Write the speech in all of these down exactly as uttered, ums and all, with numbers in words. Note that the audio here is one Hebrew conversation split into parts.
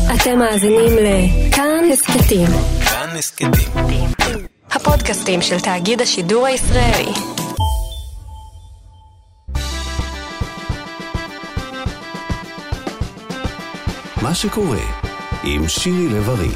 אתם מאזינים לכאן הסכתים. כאן הסכתים. הפודקאסטים של תאגיד השידור הישראלי. מה שקורה עם שירי לב-ארי.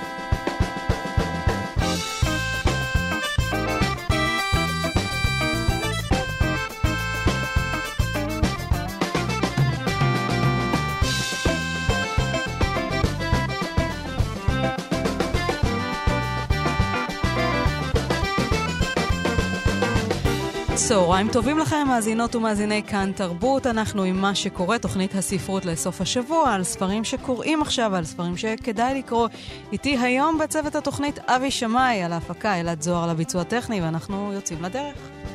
צהריים טובים לכם, מאזינות ומאזיני כאן תרבות. אנחנו עם מה שקורה, תוכנית הספרות לסוף השבוע, על ספרים שקוראים עכשיו, על ספרים שכדאי לקרוא. איתי היום בצוות התוכנית אבי שמאי, על ההפקה אלעד זוהר על הביצוע הטכני, ואנחנו יוצאים לדרך.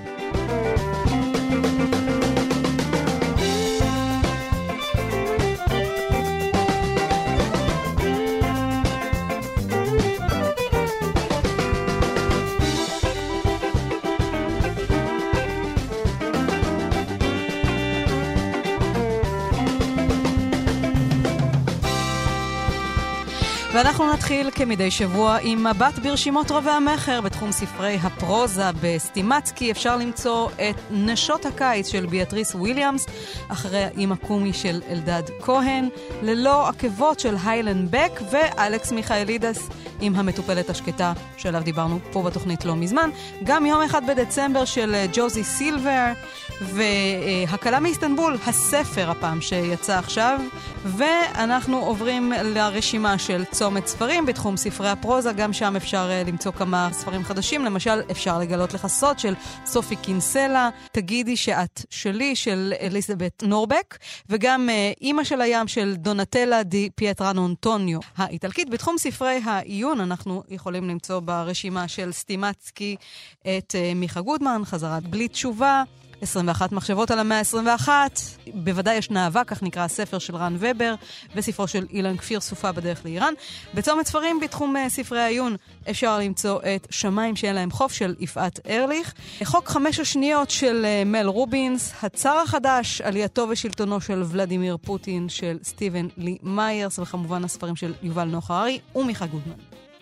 ואנחנו נתחיל כמדי שבוע עם מבט ברשימות רבי המחר בתחום ספרי הפרוזה. בסטימצקי אפשר למצוא את נשות הקיץ של ביאטריס וויליאמס, אחרי האמא קומי של אלדד כהן, ללא עקבות של היילן בק, ואלכס מיכאלידס עם המטופלת השקטה שעליו דיברנו פה בתוכנית לא מזמן. גם יום אחד בדצמבר של ג'וזי סילבר, והקלה מאיסטנבול, הספר הפעם שיצא עכשיו. ואנחנו עוברים לרשימה של צומת ספרים בתחום ספרי הפרוזה. גם שם אפשר למצוא כמה ספרים חדשים. למשל, אפשר לגלות לך סוד של סופי קינסלה, תגידי שאת שלי, של אליזבת נורבק, וגם אמא של הים של דונטלה די פייטרנו אנטוניו האיטלקית. בתחום ספרי העיון אנחנו יכולים למצוא ברשימה של סטימצקי את מיכה גודמן, חזרת בלי תשובה, עשרים ואחת מחשבות על המאה ה-עשרים ואחת, בוודאי יש נאווה, כך נקרא הספר של רן ובר, וספרו של אילן כפיר, סופה בדרך לאיראן. בצומת ספרים בתחום ספרי העיון אפשר למצוא את שמיים שאין להם חוף של יפעת ארליך, חוק חמש השניות של מל רובינס, הצאר החדש, עלייתו ושלטונו של ולדימיר פוטין של סטיבן לי מיירס, וכמובן הספרים של יובל נוח הררי ומיכה גודמן.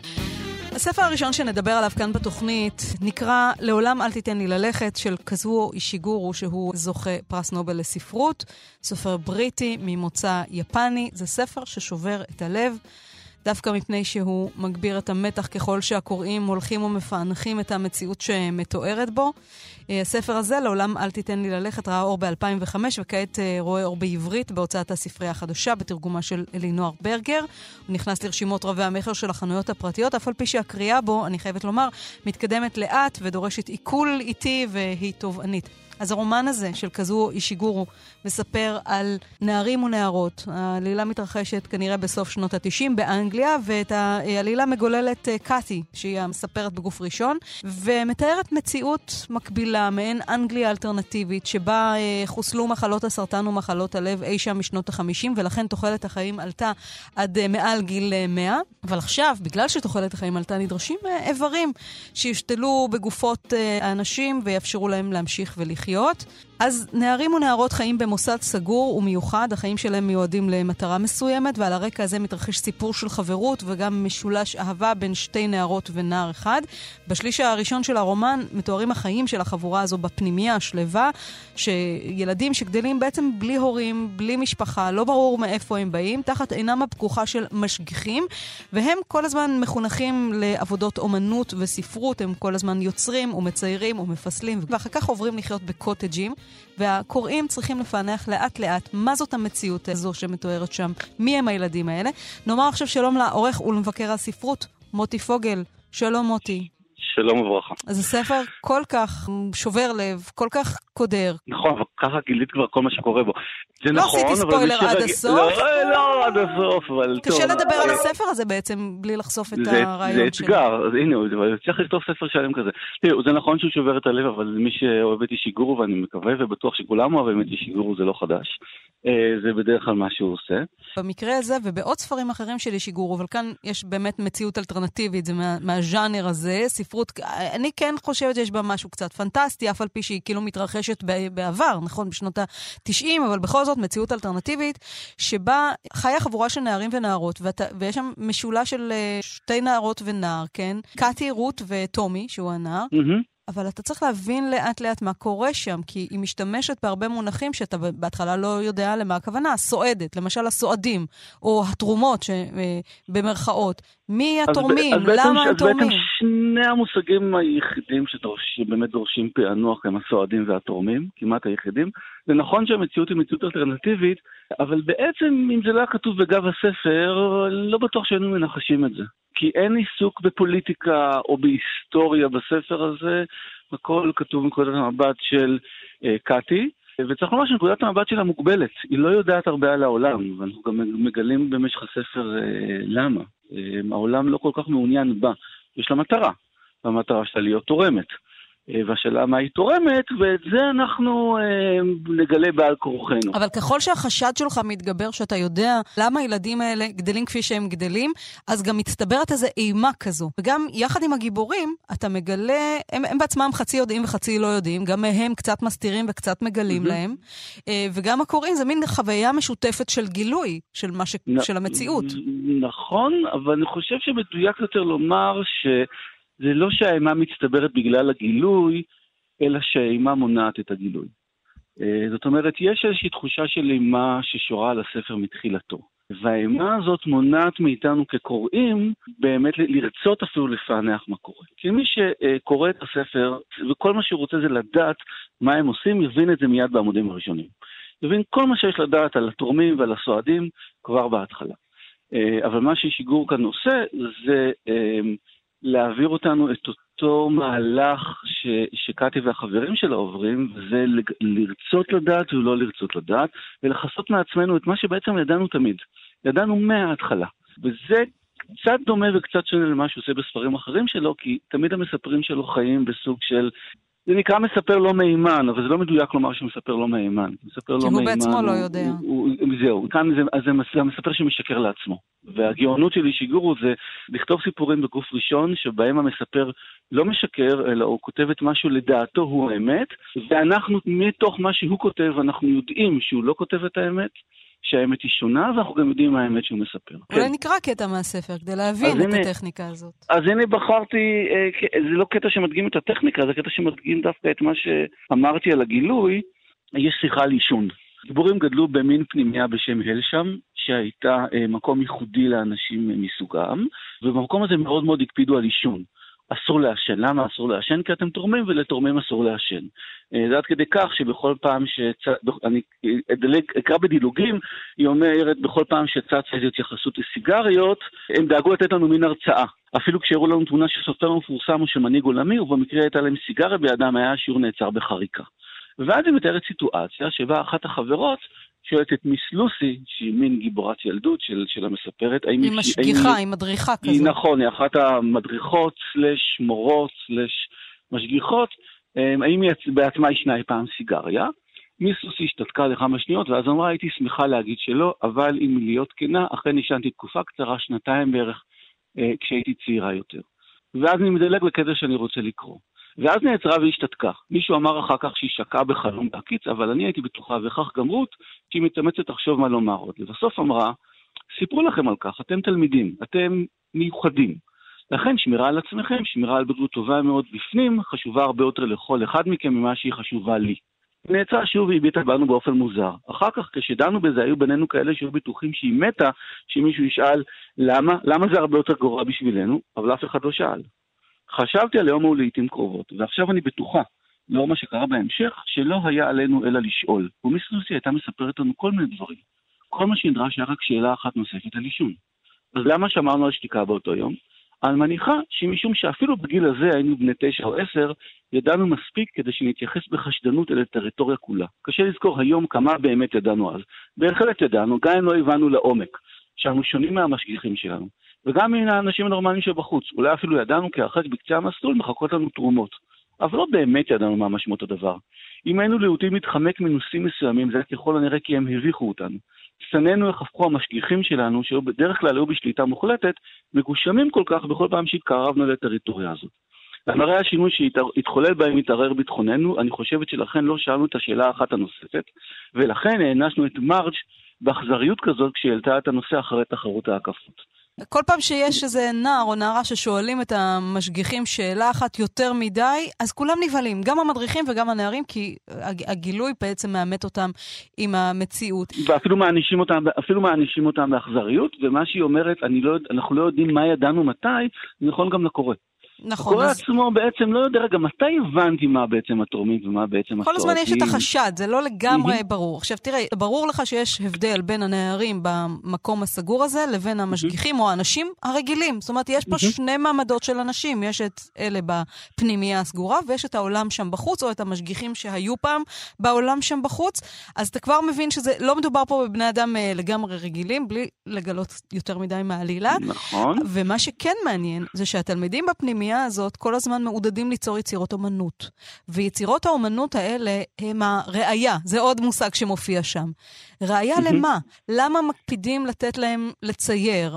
הספר הראשון שנדבר עליו כאן בתוכנית נקרא לעולם אל תיתן לי ללכת של קזואו אישיגורו, שהוא זוכה פרס נובל לספרות, סופר בריטי ממוצא יפני. זה ספר ששובר את הלב, דווקא מפני שהוא מגביר את המתח ככל שהקוראים הולכים ומפענחים את המציאות שמתוארת בו. הספר הזה, לעולם אל תיתן לי ללכת, ראה אור ב-אלפיים וחמש, וכעת רואה אור בעברית בהוצאת הספרייה החדשה, בתרגומה של אלינור ברגר. הוא נכנס לרשימות רבי המחר של החנויות הפרטיות, אף על פי שהקריאה בו, אני חייבת לומר, מתקדמת לאט ודורשת עיכול איטי והיא תובענית. אז הרומן הזה של קזואו אישיגורו מספר על נערים ונערות. העלילה מתרחשת כנראה בסוף שנות ה-תשעים באנגליה, ואת העלילה מגוללת קאתי, שהיא המספרת בגוף ראשון, ומתארת מציאות מקבילה, מעין אנגליה אלטרנטיבית, שבה חוסלו מחלות הסרטן ומחלות הלב אי שם משנות ה-חמישים, ולכן תוחלת החיים עלתה עד מעל גיל מאה. אבל עכשיו, בגלל שתוחלת החיים עלתה, נדרשים איברים שישתלו בגופות האנשים ויאפשרו להם להמשיך ולחיות. אז נערים ונערות חיים במוסד סגור ומיוחד, החיים שלהם מיועדים למטרה מסוימת, ועל הרקע הזה מתרחש סיפור של חברות וגם משולש אהבה בין שתי נערות ונער אחד. בשליש הראשון של הרומן מתוארים החיים של החבורה הזו בפנימיה השלווה, שילדים שגדלים בעצם בלי הורים, בלי משפחה, לא ברור מאיפה הם באים, תחת עינם הפקוחה של משגיחים, והם כל הזמן מחונכים לעבודות אומנות וספרות, הם כל הזמן יוצרים ומציירים ומפסלים, ואחר כך עוברים לחיות בקוטג'ים, והקוראים צריכים לפענח לאט לאט מה זאת המציאות הזו שמתוארת שם, מי הם הילדים האלה. נאמר עכשיו שלום לעורך ולמבקר הספרות, מוטי פוגל. שלום מוטי. שלום וברכה. אז הספר כל כך שובר לב, כל כך קודר. נכון, אבל ככה גילית כבר כל מה שקורה בו. זה לא נכון, עשיתי ספוילר עד שרג... הסוף. לא, לא, עד הסוף, אבל קשה טוב. לדבר על הספר הזה בעצם, בלי לחשוף את זה, הרעיון זה שלו. אתגר, אז הנה, צריך לכתוב ספר שלם כזה. תראו, זה נכון שהוא שובר את הלב, אבל מי שאוהב את אישיגורו, ואני מקווה ובטוח שכולם אוהבים את אישיגורו, זה לא חדש. זה בדרך כלל מה שהוא עושה. במקרה הזה ובעוד ספרים אחרים של אישיגורו, אבל כאן יש באמת מציאות אלטרנטיבית, זה מה, מהז'אנר הזה, ספרות סבירות, אני כן חושבת שיש בה משהו קצת פנטסטי, אף על פי שהיא כאילו מתרחשת בעבר, נכון, בשנות ה-תשעים, אבל בכל זאת מציאות אלטרנטיבית, שבה חיה חבורה של נערים ונערות, ויש שם משולה של שתי נערות ונער, כן? קאטי, רות וטומי, שהוא הנער, אבל אתה צריך להבין לאט לאט מה קורה שם, כי היא משתמשת בהרבה מונחים שאתה בהתחלה לא יודע למה הכוונה, הסועדת, למשל הסועדים, או התרומות במרכאות. מי התורמים? למה הם תורמים? אז בעצם שני המושגים היחידים שבאמת דורשים פענוח הם הסועדים והתורמים, כמעט היחידים. זה נכון שהמציאות היא מציאות אלטרנטיבית, אבל בעצם אם זה לא היה כתוב בגב הספר, לא בטוח שהיינו מנחשים את זה. כי אין עיסוק בפוליטיקה או בהיסטוריה בספר הזה, הכל כתוב מנקודת המבט של אה, קאטי, וצריך לומר שנקודת המבט שלה מוגבלת, היא לא יודעת הרבה על העולם, ואנחנו גם מגלים במשך הספר אה, למה. אה, העולם לא כל כך מעוניין בה, יש לה מטרה, והמטרה שלה להיות תורמת. והשאלה מה היא תורמת, ואת זה אנחנו אה, נגלה בעל כורחנו. אבל ככל שהחשד שלך מתגבר, שאתה יודע למה הילדים האלה גדלים כפי שהם גדלים, אז גם מצטברת איזו אימה כזו. וגם יחד עם הגיבורים, אתה מגלה, הם, הם בעצמם חצי יודעים וחצי לא יודעים, גם מהם קצת מסתירים וקצת מגלים mm-hmm. להם, אה, וגם הקוראים זה מין חוויה משותפת של גילוי, של, מה ש... נ... של המציאות. נכון, אבל אני חושב שמדויק יותר לומר ש... זה לא שהאימה מצטברת בגלל הגילוי, אלא שהאימה מונעת את הגילוי. זאת אומרת, יש איזושהי תחושה של אימה ששורה על הספר מתחילתו. והאימה הזאת מונעת מאיתנו כקוראים, באמת לרצות אפילו לפענח מה קורה. כי מי שקורא את הספר, וכל מה שהוא רוצה זה לדעת מה הם עושים, יבין את זה מיד בעמודים הראשונים. יבין כל מה שיש לדעת על התורמים ועל הסועדים כבר בהתחלה. אבל מה ששיגור כאן עושה, זה... להעביר אותנו את אותו מהלך ש, שקאטי והחברים שלה עוברים, וזה לרצות לדעת ולא לרצות לדעת, ולחסות מעצמנו את מה שבעצם ידענו תמיד. ידענו מההתחלה. וזה קצת דומה וקצת שונה למה שהוא עושה בספרים אחרים שלו, כי תמיד המספרים שלו חיים בסוג של... זה נקרא מספר לא מהימן, אבל זה לא מדויק לומר שמספר לא מהימן. מספר כי לא הוא מהימן, בעצמו הוא, לא יודע. הוא, הוא, זהו, כאן זה, זה, זה המספר שמשקר לעצמו. והגאונות של אישיגורו זה לכתוב סיפורים בגוף ראשון, שבהם המספר לא משקר, אלא הוא כותב את משהו לדעתו הוא האמת, ואנחנו מתוך מה שהוא כותב, אנחנו יודעים שהוא לא כותב את האמת, שהאמת היא שונה, ואנחנו גם יודעים מה האמת שהוא מספר. אולי כן. נקרא קטע מהספר, כדי להבין את הנה, הטכניקה הזאת. אז הנה בחרתי, זה לא קטע שמדגים את הטכניקה, זה קטע שמדגים דווקא את מה שאמרתי על הגילוי, יש שיחה על עישון. גיבורים גדלו במין פנימיה בשם הלשם, שהייתה מקום ייחודי לאנשים מסוגם, ובמקום הזה מאוד מאוד הקפידו על עישון. אסור לעשן. למה אסור לעשן? כי אתם תורמים ולתורמים אסור לעשן. זה עד כדי כך שבכל פעם שצ... אני אקרא בדילוגים, היא אומרת בכל פעם שצץ איזו התייחסות לסיגריות, הם דאגו לתת לנו מין הרצאה. אפילו כשהראו לנו תמונה של סופר מפורסם או של מנהיג עולמי, ובמקרה הייתה להם סיגריה בידם, היה השיעור נעצר בחריקה. ואז היא מתארת סיטואציה שבה אחת החברות שואלת את מיס לוסי, שהיא מין גיבורת ילדות של, של המספרת. היא משגיחה, היא מדריכה כזו. היא נכון, היא אחת המדריכות, סלש מורות, סלש משגיחות. האם היא בעצמה ישנה אי פעם סיגריה? מיס לוסי השתתקה לכמה שניות, ואז אמרה, הייתי שמחה להגיד שלא, אבל אם להיות כנה, אכן נשענתי תקופה קצרה, שנתיים בערך, כשהייתי צעירה יותר. ואז אני מדלג לקטע שאני רוצה לקרוא. ואז נעצרה והשתתקה. מישהו אמר אחר כך שהיא שקעה בחלום בהקיץ, אבל אני הייתי בטוחה, וכך גם רות, שהיא מתאמצת לחשוב מה לומר עוד. לבסוף אמרה, סיפרו לכם על כך, אתם תלמידים, אתם מיוחדים. לכן שמירה על עצמכם, שמירה על בריאות טובה מאוד בפנים, חשובה הרבה יותר לכל אחד מכם ממה שהיא חשובה לי. נעצרה שוב והביטה בנו באופן מוזר. אחר כך כשדנו בזה, היו בינינו כאלה שהיו בטוחים שהיא מתה, שמישהו ישאל למה, למה זה הרבה יותר גרוע בשבילנו, אבל אף אחד לא שאל. חשבתי על היום ולעיתים קרובות, ועכשיו אני בטוחה, לאור מה שקרה בהמשך, שלא היה עלינו אלא לשאול. ומיס לוסי הייתה מספרת לנו כל מיני דברים. כל מה שנדרש היה רק שאלה אחת נוספת על עישון. אז למה שמרנו על שתיקה באותו יום? אני מניחה שמשום שאפילו בגיל הזה היינו בני תשע או עשר, ידענו מספיק כדי שנתייחס בחשדנות אל הטריטוריה כולה. קשה לזכור היום כמה באמת ידענו אז. בהחלט ידענו, גם אם לא הבנו לעומק, שאנו שונים מהמשגיחים שלנו. וגם מן האנשים הנורמליים שבחוץ. אולי אפילו ידענו כי הרחק בקצה המסלול מחכות לנו תרומות. אבל לא באמת ידענו מה משמעות הדבר. אם היינו להוטים להתחמק מנושאים מסוימים, זה ככל הנראה כי הם הביכו אותנו. סננו איך הפכו המשגיחים שלנו, שבדרך כלל היו בשליטה מוחלטת, מגושמים כל כך בכל פעם שהתקרבנו לטריטוריה הזאת. למראה השינוי שהתחולל בהם מתערער ביטחוננו, אני חושבת שלכן לא שאלנו את השאלה האחת הנוספת, ולכן הענשנו את מרג' באכזריות כזאת כשהעלתה את הנושא אחרי תחרות ההקפות. כל פעם שיש איזה נער או נערה ששואלים את המשגיחים שאלה אחת יותר מדי, אז כולם נבהלים, גם המדריכים וגם הנערים, כי הגילוי בעצם מאמת אותם עם המציאות. ואפילו מענישים אותם, אפילו מענישים אותם באכזריות, ומה שהיא אומרת, אני לא, אנחנו לא יודעים מה ידענו מתי, נכון גם לקורא. נכון. הקורא אז... עצמו בעצם לא יודע, רגע, מתי הבנתי מה בעצם התורמים ומה בעצם כל הזמן יש את החשד, זה לא לגמרי mm-hmm. ברור. עכשיו תראה, ברור לך שיש הבדל בין הנערים במקום הסגור הזה, לבין המשגיחים mm-hmm. או האנשים הרגילים. זאת אומרת, יש פה mm-hmm. שני מעמדות של אנשים, יש את אלה בפנימייה הסגורה, ויש את העולם שם בחוץ, או את המשגיחים שהיו פעם בעולם שם בחוץ. אז אתה כבר מבין שזה לא מדובר פה בבני אדם לגמרי רגילים, בלי לגלות יותר מדי מעלילה. נכון. ומה שכן מעניין, זה שהתלמידים בפנימייה הזאת כל הזמן מעודדים ליצור יצירות אומנות. ויצירות האומנות האלה הם הראייה. זה עוד מושג שמופיע שם. ראייה למה? למה מקפידים לתת להם לצייר,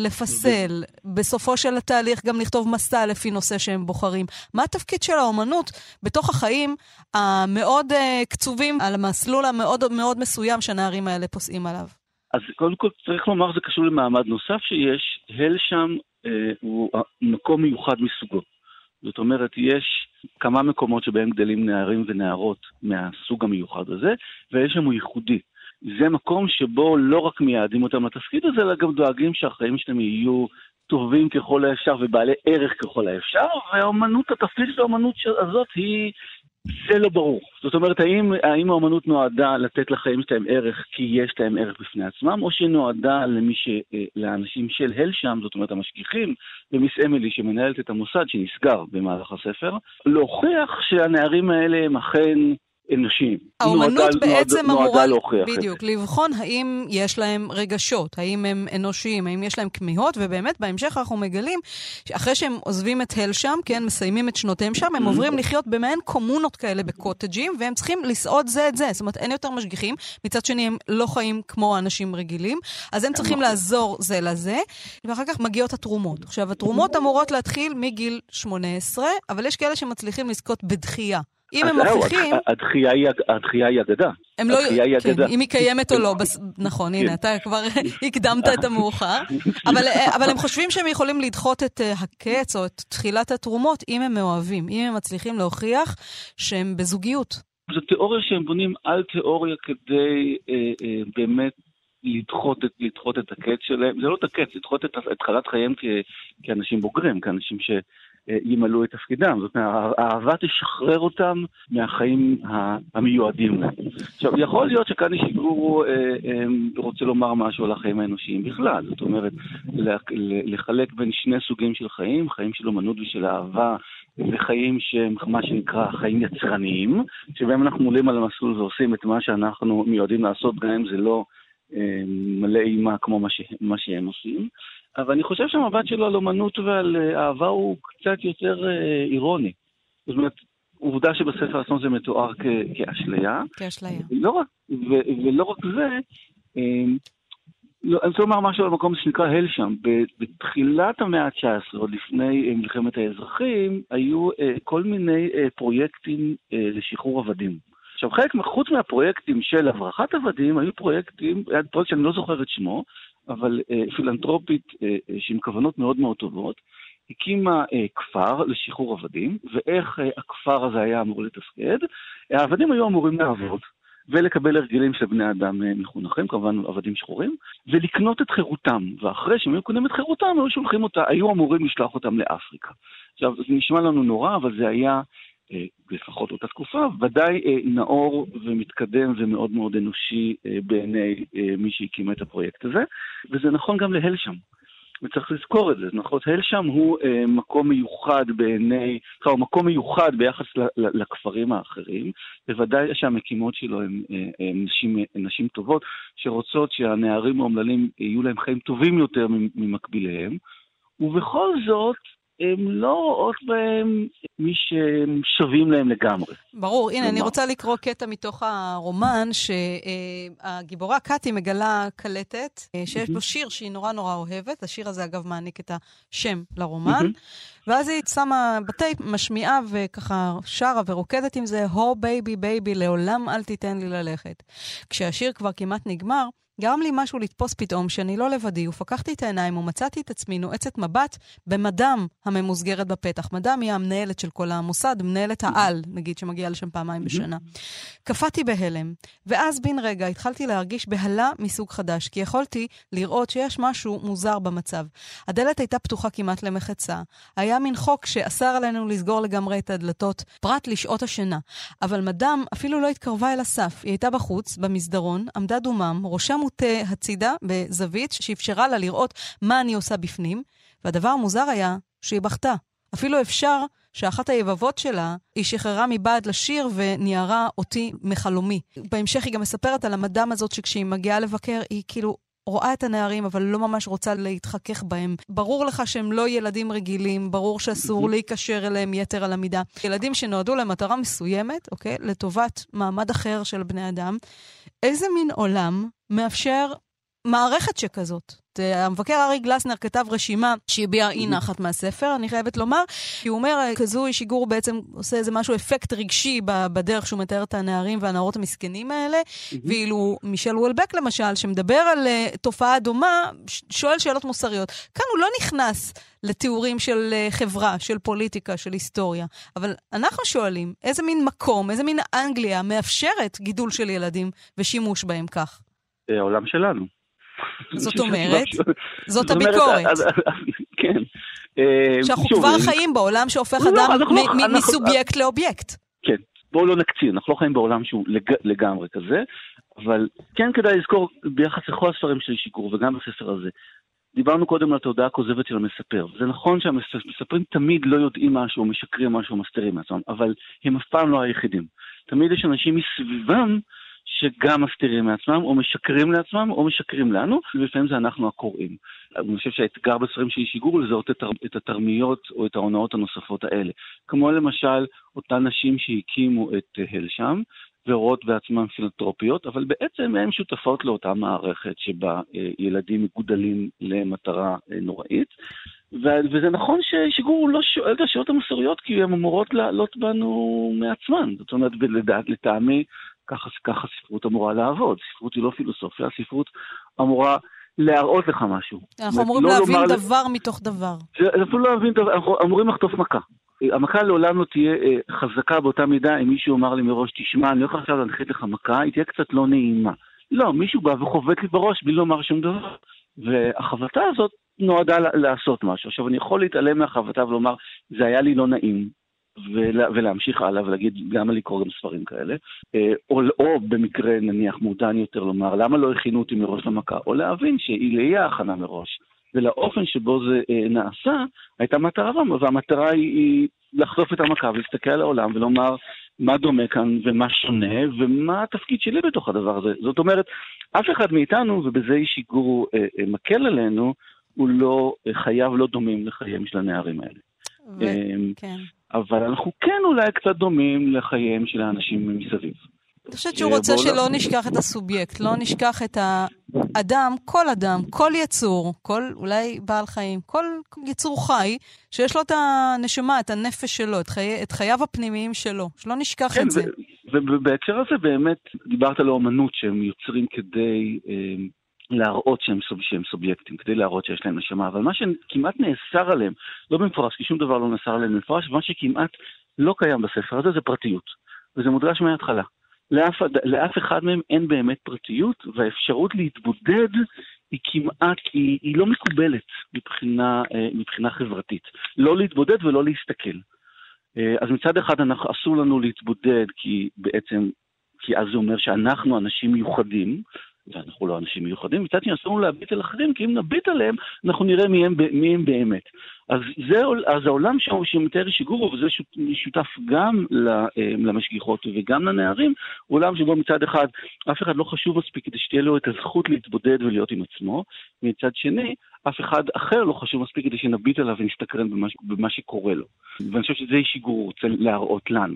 לפסל, בסופו של התהליך גם לכתוב מסע לפי נושא שהם בוחרים? מה התפקיד של האומנות בתוך החיים המאוד קצובים על המסלול המאוד מאוד מסוים שהנערים האלה פוסעים עליו? אז קודם כל צריך לומר, זה קשור למעמד נוסף שיש, הל שם אה, הוא מקום מיוחד מסוגו. זאת אומרת, יש כמה מקומות שבהם גדלים נערים ונערות מהסוג המיוחד הזה, ויש שם הוא ייחודי. זה מקום שבו לא רק מייעדים אותם לתפקיד הזה, אלא גם דואגים שהחיים שלהם יהיו טובים ככל האפשר ובעלי ערך ככל האפשר, והאומנות, התפקיד של האומנות הזאת היא... זה לא ברור. זאת אומרת, האם, האם האמנות נועדה לתת לחיים שלהם ערך כי יש להם ערך בפני עצמם, או שהיא נועדה למי ש, לאנשים של הל שם, זאת אומרת, המשגיחים, ומיס אמילי שמנהלת את המוסד שנסגר במהלך הספר, להוכיח שהנערים האלה הם אכן אנושיים. האומנות בעצם אמורה, בדיוק, לבחון האם יש להם רגשות, האם הם אנושיים, האם יש להם כמיהות, ובאמת בהמשך אנחנו מגלים שאחרי שהם עוזבים את הל שם, כן, מסיימים את שנותיהם שם, הם עוברים לחיות במעין קומונות כאלה בקוטג'ים, והם צריכים לסעוד זה את זה. זאת אומרת, אין יותר משגיחים, מצד שני הם לא חיים כמו אנשים רגילים, אז הם צריכים לעזור זה לזה, ואחר כך מגיעות התרומות. עכשיו, התרומות אמורות להתחיל מגיל שמונה עשרה, אבל יש כאלה שמצליחים לזכות בדחייה. אם הם מוכיחים... הדחייה היא אגדה. הם לא... כן, אם היא קיימת או לא. נכון, הנה, אתה כבר הקדמת את המאוחר. אבל הם חושבים שהם יכולים לדחות את הקץ או את תחילת התרומות אם הם מאוהבים, אם הם מצליחים להוכיח שהם בזוגיות. זו תיאוריה שהם בונים על תיאוריה כדי באמת לדחות את, לדחות את הקץ שלהם. זה לא את הקץ, לדחות את התחלת חייהם כאנשים בוגרים, כאנשים ש... ימלאו את תפקידם. זאת אומרת, האהבה תשחרר אותם מהחיים המיועדים להם. עכשיו, יכול להיות שכאן שיגור רוצה לומר משהו על החיים האנושיים בכלל. זאת אומרת, לחלק בין שני סוגים של חיים, חיים של אומנות ושל אהבה, וחיים שהם מה שנקרא חיים יצרניים, שבהם אנחנו עולים על המסלול ועושים את מה שאנחנו מיועדים לעשות, גם אם זה לא מלא אימה כמו מה, ש... מה שהם עושים. אבל אני חושב שהמבט שלו על אומנות ועל אהבה הוא קצת יותר אה, אירוני. זאת אומרת, עובדה שבספר עצמו זה מתואר כ... כאשליה. כאשליה. ולא רק, ו... ולא רק זה, אה, לא, אני רוצה לומר משהו על המקום שנקרא הל שם. בתחילת המאה ה-תשע עשרה, עוד לפני מלחמת האזרחים, היו אה, כל מיני אה, פרויקטים אה, לשחרור עבדים. עכשיו, חלק מחוץ מהפרויקטים של הברחת עבדים, היו פרויקטים, היה פרויקט שאני לא זוכר את שמו, אבל אה, פילנטרופית אה, שעם כוונות מאוד מאוד טובות, הקימה אה, כפר לשחרור עבדים, ואיך אה, הכפר הזה היה אמור לתפקד. העבדים היו אמורים לעבוד, ולקבל הרגלים של בני אדם אה, מחונכים, כמובן עבדים שחורים, ולקנות את חירותם, ואחרי שהם היו קונים את חירותם, היו שולחים אותה, היו אמורים לשלוח אותם לאפריקה. עכשיו, זה נשמע לנו נורא, אבל זה היה... לפחות אותה תקופה, ודאי נאור ומתקדם ומאוד מאוד אנושי בעיני מי שהקים את הפרויקט הזה, וזה נכון גם להל שם. וצריך לזכור את זה. נכון, הל שם הוא מקום מיוחד בעיני, הוא מקום מיוחד ביחס לכפרים האחרים, בוודאי שהמקימות שלו הם נשים, נשים טובות, שרוצות שהנערים האומללים יהיו להם חיים טובים יותר ממקביליהם, ובכל זאת, הם לא רואות בהם מי ששווים להם לגמרי. ברור, הנה, אני רוצה לקרוא קטע מתוך הרומן, שהגיבורה קאטי מגלה קלטת, שיש בו שיר שהיא נורא נורא אוהבת, השיר הזה אגב מעניק את השם לרומן, ואז היא שמה בטייפ, משמיעה וככה שרה ורוקדת עם זה, הו בייבי בייבי, לעולם אל תיתן לי ללכת. כשהשיר כבר כמעט נגמר, גרם לי משהו לתפוס פתאום שאני לא לבדי, ופקחתי את העיניים ומצאתי את עצמי נועצת מבט במדם הממוסגרת בפתח. מדם היא המנהלת של כל המוסד, מנהלת העל, נגיד, שמגיעה לשם פעמיים בשנה. קפאתי בהלם, ואז בין רגע התחלתי להרגיש בהלה מסוג חדש, כי יכולתי לראות שיש משהו מוזר במצב. הדלת הייתה פתוחה כמעט למחצה. היה מין חוק שאסר עלינו לסגור לגמרי את הדלתות, פרט לשעות השינה. אבל מדם אפילו לא התקרבה אל הסף. היא הייתה בחוץ, במסדרון, עמדה דומם, ראשה מוטה הצידה בזווית שאפשרה לה לראות מה אני עושה בפנים, והדבר המוזר היה שהיא בכתה. אפילו אפשר שאחת היבבות שלה היא שחררה מבעד לשיר וניירה אותי מחלומי. בהמשך היא גם מספרת על המדם הזאת שכשהיא מגיעה לבקר היא כאילו רואה את הנערים אבל לא ממש רוצה להתחכך בהם. ברור לך שהם לא ילדים רגילים, ברור שאסור להיקשר אליהם יתר על המידה. ילדים שנועדו למטרה מסוימת, אוקיי? לטובת מעמד אחר של בני אדם. איזה מין עולם מאפשר מערכת שכזאת? המבקר ארי גלסנר כתב רשימה שהביעה אי נחת מהספר, אני חייבת לומר, כי הוא אומר, כזו שיגור בעצם עושה איזה משהו, אפקט רגשי בדרך שהוא מתאר את הנערים והנערות המסכנים האלה, ואילו מישל וולבק למשל, שמדבר על תופעה דומה, שואל שאלות מוסריות. כאן הוא לא נכנס לתיאורים של חברה, של פוליטיקה, של היסטוריה, אבל אנחנו שואלים, איזה מין מקום, איזה מין אנגליה מאפשרת גידול של ילדים ושימוש בהם כך? העולם שלנו. זאת אומרת, זאת הביקורת. כן. שאנחנו כבר חיים בעולם שהופך אדם מסובייקט לאובייקט. כן, בואו לא נקציר, אנחנו לא חיים בעולם שהוא לגמרי כזה, אבל כן כדאי לזכור ביחס לכל הספרים של שיקור, וגם בספר הזה. דיברנו קודם על התודעה הכוזבת של המספר. זה נכון שהמספרים תמיד לא יודעים משהו, משקרים משהו, מסתירים מעצמם, אבל הם אף פעם לא היחידים. תמיד יש אנשים מסביבם שגם מסתירים מעצמם, או משקרים לעצמם, או משקרים לנו, ולפעמים זה אנחנו הקוראים. אני חושב שהאתגר בספרים של שיגור לזהות את התרמיות או את ההונאות הנוספות האלה. כמו למשל, אותן נשים שהקימו את הל שם, ורואות בעצמם פילנתרופיות, אבל בעצם הן שותפות לאותה מערכת שבה ילדים מגודלים למטרה נוראית. וזה נכון ששיגור לא שואל את השאלות המוסריות, כי הן אמורות לעלות בנו מעצמן. זאת אומרת, ולדעת, לטעמי, ככה, ככה ספרות אמורה לעבוד. ספרות היא לא פילוסופיה, ספרות אמורה להראות לך משהו. אנחנו אמורים לא להבין דבר ל... מתוך דבר. אפילו לא להבין דבר, אנחנו אמורים לחטוף מכה. המכה לעולם לא תהיה חזקה באותה מידה, אם מישהו אמר לי מראש, תשמע, אני לא יכול עכשיו להנחית לך מכה, היא תהיה קצת לא נעימה. לא, מישהו בא וחובט לי בראש בלי לומר שום דבר. והחבטה הזאת נועדה לעשות משהו. עכשיו, אני יכול להתעלם מהחבטה ולומר, זה היה לי לא נעים. ולהמשיך הלאה ולהגיד למה לקרוא גם ספרים כאלה, או, או במקרה נניח מודען יותר לומר למה לא הכינו אותי מראש למכה, או להבין שהיא לא הכנה מראש, ולאופן שבו זה נעשה הייתה מטרה, והמטרה היא, היא לחשוף את המכה ולהסתכל על העולם ולומר מה דומה כאן ומה שונה ומה התפקיד שלי בתוך הדבר הזה. זאת אומרת, אף אחד מאיתנו, ובזה שיגור מקל עלינו, הוא לא חייב לא דומים לחייהם של הנערים האלה. ו- כן. אבל אנחנו כן אולי קצת דומים לחייהם של האנשים מסביב. אני חושבת שהוא רוצה שלא נשכח את הסובייקט, לא נשכח את האדם, כל אדם, כל יצור, כל אולי בעל חיים, כל יצור חי, שיש לו את הנשמה, את הנפש שלו, את, חי, את חייו הפנימיים שלו, שלא נשכח כן, את זה. ובהקשר הזה באמת דיברת על האומנות שהם יוצרים כדי אה, להראות שהם, סוב, שהם סובייקטים, כדי להראות שיש להם נשמה, אבל מה שכמעט נאסר עליהם, לא במפורש, כי שום דבר לא נאסר עליהם במפורש, מה שכמעט לא קיים בספר הזה זה פרטיות, וזה מודגש מההתחלה. לאף, לאף אחד מהם אין באמת פרטיות, והאפשרות להתבודד היא כמעט, היא, היא לא מקובלת מבחינה, מבחינה חברתית. לא להתבודד ולא להסתכל. אז מצד אחד אנחנו, אסור לנו להתבודד, כי בעצם, כי אז זה אומר שאנחנו אנשים מיוחדים, ואנחנו לא אנשים מיוחדים, מצד שני אסור לנו להביט על אחרים, כי אם נביט עליהם, אנחנו נראה מי הם, מי הם באמת. אז, זה, אז העולם שמתאר אישיגורו, וזה שותף גם למשגיחות וגם לנערים, הוא עולם שבו מצד אחד, אף אחד לא חשוב מספיק כדי שתהיה לו את הזכות להתבודד ולהיות עם עצמו, מצד שני, אף אחד אחר לא חשוב מספיק כדי שנביט עליו ונסתקרן במה, במה שקורה לו. ואני חושב שזה אישיגורו רוצה להראות לנו,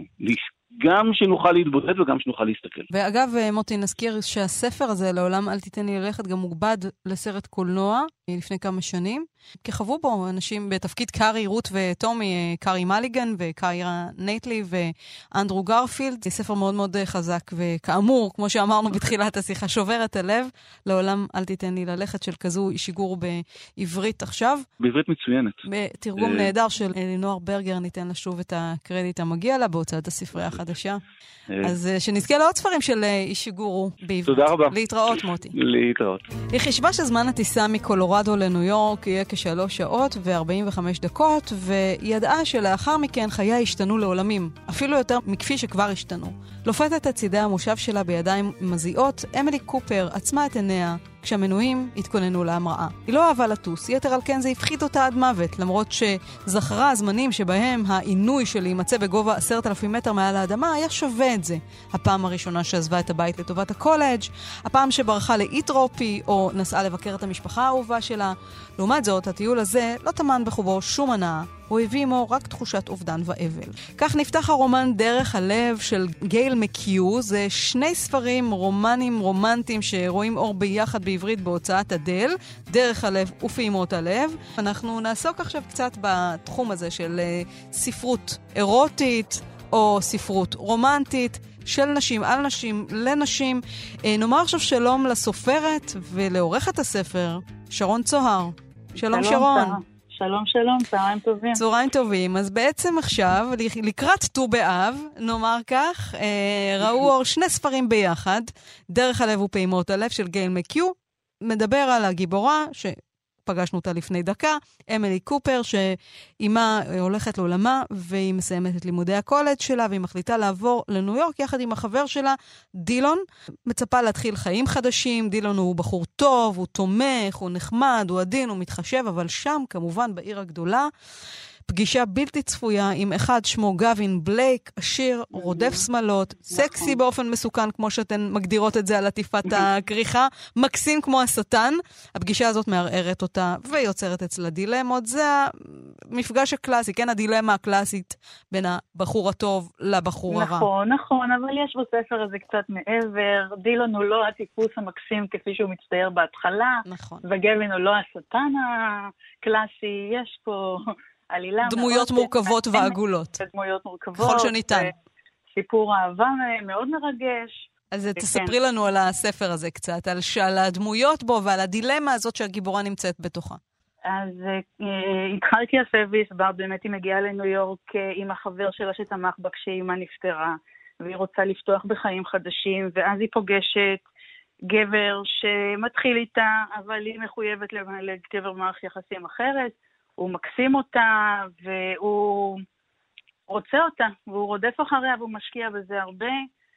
גם שנוכל להתבודד וגם שנוכל להסתכל. ואגב, מוטי, נזכיר שהספר הזה, לעולם אל תיתן לי ללכת, גם מוגבד לסרט קולנוע לפני כמה שנים. כיכבו בו אנשים בתפקיד קארי, רות וטומי, קארי מליגן וקיירה נייטלי ואנדרו גרפילד. ספר מאוד מאוד חזק, וכאמור, כמו שאמרנו בתחילת השיחה, שובר את הלב. לעולם אל תיתן לי ללכת של כזו אישיגורו בעברית עכשיו. בעברית מצוינת. בתרגום נהדר של אלינור ברגר, ניתן לה שוב את הקרדיט המגיע לה בהוצאת הספרייה החדשה. אז שנזכה לעוד ספרים של אישיגורו בעברית. תודה רבה. להתראות, מוטי. להתראות. היא חישבה שזמן הטיסה מקולורדו לניו יורק יהיה כשלוש שעות ו-ארבעים וחמש דקות, וידעה שלאחר מכן חייה השתנו לעולמים, אפילו יותר מכפי שכבר השתנו. לופתת את צידי המושב שלה בידיים מזיעות, אמילי קופר עצמה את עיניה, כשהמנויים התכוננו להמראה. היא לא אהבה לטוס, יתר על כן זה הפחיד אותה עד מוות, למרות שזכרה הזמנים שבהם העינוי שלי יימצא בגובה עשרת אלפים מטר מעל האדמה, היה שווה את זה. הפעם הראשונה שעזבה את הבית לטובת הקולג', הפעם שברחה לאיטרופי או נסעה לבקר את המשפחה האהובה שלה. לעומת זאת, הטיול הזה לא תמן בחובו שום הנאה. הוא הביא עמו רק תחושת אובדן ואבל. כך נפתח הרומן דרך הלב של גייל מקיו. זה שני ספרים רומנים רומנטיים שרואים אור ביחד בעברית בהוצאת אדל, דרך הלב ופעימות הלב. אנחנו נעסוק עכשיו קצת בתחום הזה של ספרות אירוטית או ספרות רומנטית, של נשים, על נשים, לנשים. נאמר עכשיו שלום לסופרת ולעורכת הספר, שרון צוהר. שלום, שלום שרון. צהר. שלום, שלום, צהריים טובים. צהריים טובים. אז בעצם עכשיו, לקראת ט"ו באב, נאמר כך, ראו אור שני ספרים ביחד, דרך הלב ופעימות הלב של גייל מקיו, מדבר על הגיבורה, שפגשנו אותה לפני דקה, אמילי קופר, שאימה הולכת לעולמה, והיא מסיימת את לימודי הקולג' שלה, והיא מחליטה לעבור לניו יורק, יחד עם החבר שלה, דילון, מצפה להתחיל חיים חדשים. דילון הוא בחור טוב, הוא תומך, הוא נחמד, הוא עדין, הוא מתחשב, אבל שם, כמובן, בעיר הגדולה, פגישה בלתי צפויה עם אחד שמו גווין בלייק, עשיר, רודף שמלות, סקסי באופן מסוכן, כמו שאתן מגדירות את זה על עטיפת הכריכה, מקסים כמו השטן. הפגישה הזאת מערערת אותה ויוצרת אצלה דילמות. זה המפגש הקלאסי, כן, הדילמה הקלאסית בין הבחור הטוב לבחור הרע. נכון, נכון, אבל יש בספר הזה קצת מעבר. דילון הוא לא הטיפוס המקסים כפי שהוא מצטייר בהתחלה, נכון. וגווין הוא לא השטן הקלאסי. יש פה דמויות מורכבות ועגולות. דמויות מורכבות. ככל שניתן. סיפור אהבה מאוד מרגש. אז תספרי לנו על הספר הזה קצת, על הדמויות בו ועל הדילמה הזאת שהגיבורה נמצאת בתוכה. אז התחלתי הספר והסבר, באמת היא מגיעה לניו יורק עם החבר שלה שתמך בה כשאימא נפטרה, והיא רוצה לפתוח בחיים חדשים, ואז היא פוגשת גבר שמתחיל איתה, אבל היא מחויבת לגבר מערכת יחסים אחרת. הוא מקסים אותה, והוא רוצה אותה, והוא רודף אחריה, והוא משקיע בזה הרבה.